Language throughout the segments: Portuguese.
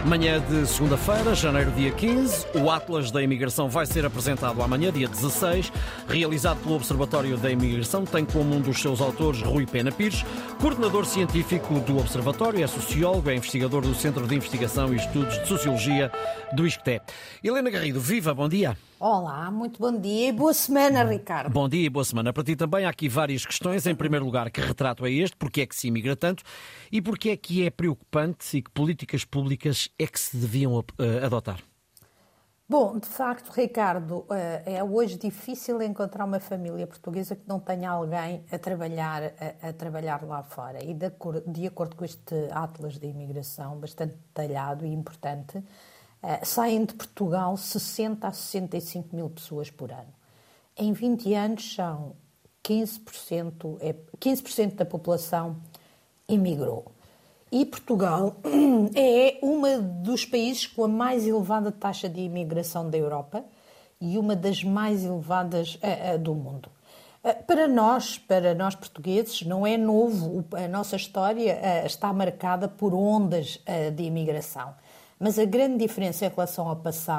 Manhã de segunda-feira, janeiro dia 15, o Atlas da Imigração vai ser apresentado amanhã, dia 16, realizado pelo Observatório da Imigração. Tem como um dos seus autores Rui Pena Pires, coordenador científico do Observatório, é sociólogo, é investigador do Centro de Investigação e Estudos de Sociologia do ISCTE. Helena Garrido, viva, bom dia. Olá, muito bom dia e boa semana, Ricardo. Bom dia e boa semana. Para ti também há aqui várias questões. Em primeiro lugar, que retrato é este? Porque é que se imigra tanto? E porque é que é preocupante e que políticas públicas é que se deviam adotar? Bom, de facto, Ricardo, é hoje difícil encontrar uma família portuguesa que não tenha alguém a trabalhar lá fora. E de acordo com este Atlas da Imigração, bastante detalhado e importante, saem de Portugal 60 a 65 mil pessoas por ano. Em 20 anos são 15% da população imigrou. E Portugal é um dos países com a mais elevada taxa de imigração da Europa e uma das mais elevadas do mundo. Para nós portugueses, não é novo, a nossa história está marcada por ondas de imigração. Mas a grande diferença em relação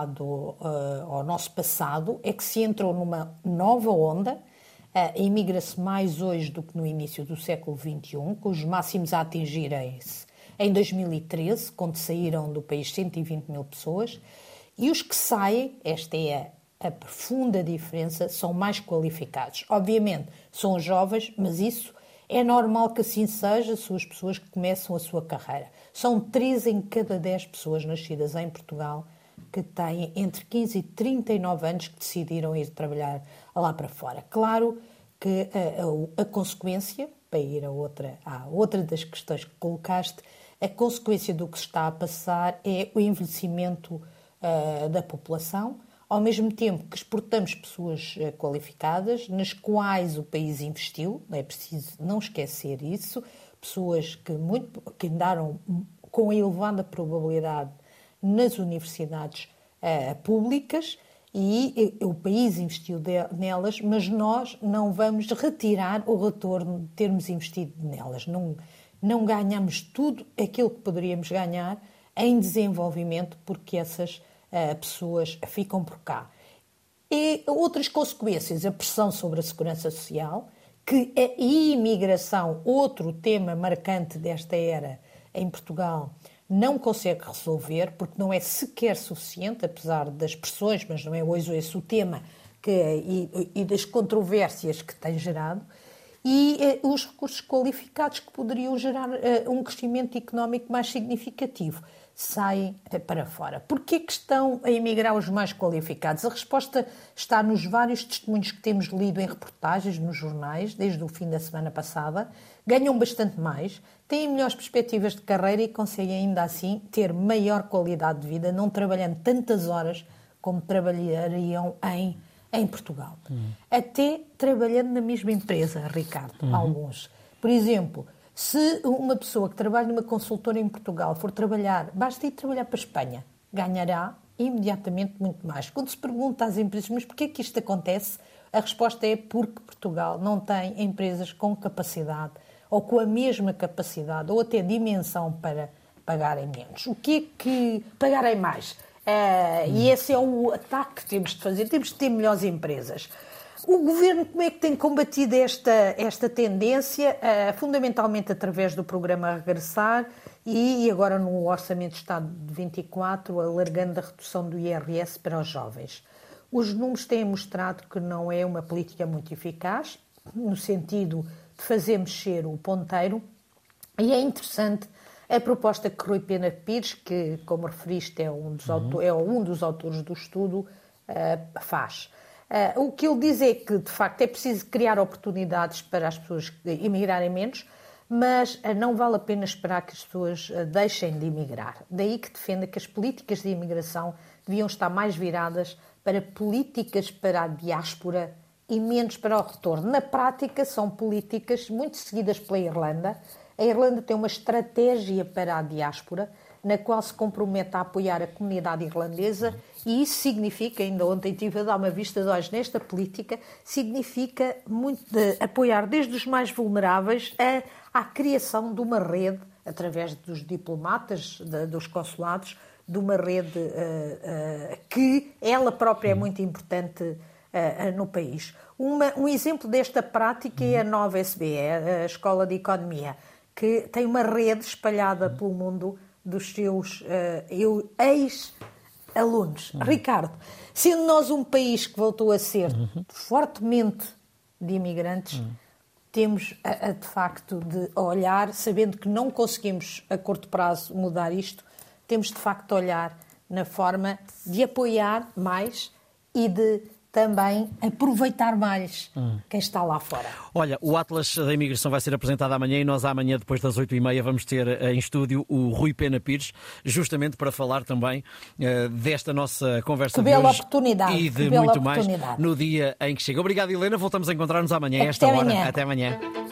ao nosso passado é que se entrou numa nova onda. Imigra-se mais hoje do que no início do século XXI, com os máximos a atingirem-se em 2013, quando saíram do país 120 mil pessoas, e os que saem, esta é a profunda diferença, são mais qualificados. Obviamente, são os jovens, mas isso é normal que assim seja, são as pessoas que começam a sua carreira. São 3 em cada 10 pessoas nascidas em Portugal que têm entre 15 e 39 anos que decidiram ir trabalhar lá para fora. Claro que a consequência, para ir à outra das questões que colocaste, a consequência do que se está a passar é o envelhecimento da população, ao mesmo tempo que exportamos pessoas qualificadas, nas quais o país investiu, é preciso não esquecer isso, pessoas que andaram com elevada probabilidade nas universidades públicas e o país investiu nelas, mas nós não vamos retirar o retorno de termos investido nelas. Não ganhamos tudo aquilo que poderíamos ganhar em desenvolvimento porque essas pessoas ficam por cá. E outras consequências, a pressão sobre a segurança social, que a imigração, outro tema marcante desta era em Portugal, não consegue resolver, porque não é sequer suficiente, apesar das pressões, mas não é hoje esse o tema, e das controvérsias que tem gerado, e os recursos qualificados que poderiam gerar um crescimento económico mais significativo saem para fora. Porquê é que estão a emigrar os mais qualificados? A resposta está nos vários testemunhos que temos lido em reportagens nos jornais, desde o fim da semana passada. Ganham bastante mais, têm melhores perspectivas de carreira e conseguem ainda assim ter maior qualidade de vida, não trabalhando tantas horas como trabalhariam em Portugal. Até trabalhando na mesma empresa, Ricardo, alguns. Por exemplo, se uma pessoa que trabalha numa consultora em Portugal for trabalhar, basta ir trabalhar para a Espanha, ganhará imediatamente muito mais. Quando se pergunta às empresas, mas porquê é que isto acontece? A resposta é porque Portugal não tem empresas com capacidade ou com a mesma capacidade ou até dimensão para pagarem menos. O que é que pagarem mais? E esse é o ataque que temos de fazer. Temos de ter melhores empresas. O Governo como é que tem combatido esta tendência? Fundamentalmente através do programa Regressar e agora no Orçamento de Estado de 24, alargando a redução do IRS para os jovens. Os números têm mostrado que não é uma política muito eficaz, no sentido de fazer mexer o ponteiro, e é interessante a proposta que Rui Pena Pires, que, como referiste, é um dos autores do estudo, faz. O que ele diz é que, de facto, é preciso criar oportunidades para as pessoas imigrarem menos, mas não vale a pena esperar que as pessoas deixem de imigrar. Daí que defenda que as políticas de imigração deviam estar mais viradas para políticas para a diáspora e menos para o retorno. Na prática, são políticas muito seguidas pela Irlanda. A Irlanda tem uma estratégia para a diáspora, na qual se compromete a apoiar a comunidade irlandesa, e isso significa, ainda ontem tive a dar uma vista de olhos nesta política, significa muito de apoiar desde os mais vulneráveis à criação de uma rede através dos diplomatas, dos consulados, de uma rede que ela própria é muito importante no país. Um exemplo desta prática é a Nova SBE, a Escola de Economia, que tem uma rede espalhada pelo mundo dos seus ex-alunos. Ricardo, sendo nós um país que voltou a ser fortemente de imigrantes, temos de facto de olhar, sabendo que não conseguimos a curto prazo mudar isto, temos de facto de olhar na forma de apoiar mais e de também aproveitar mais quem está lá fora. Olha, o Atlas da Imigração vai ser apresentado amanhã e nós amanhã, depois das 8h30, vamos ter em estúdio o Rui Pena Pires, justamente para falar também desta nossa conversa de hoje e de muito mais no dia em que chega. Obrigado, Helena. Voltamos a encontrar-nos amanhã, a esta hora. Até amanhã.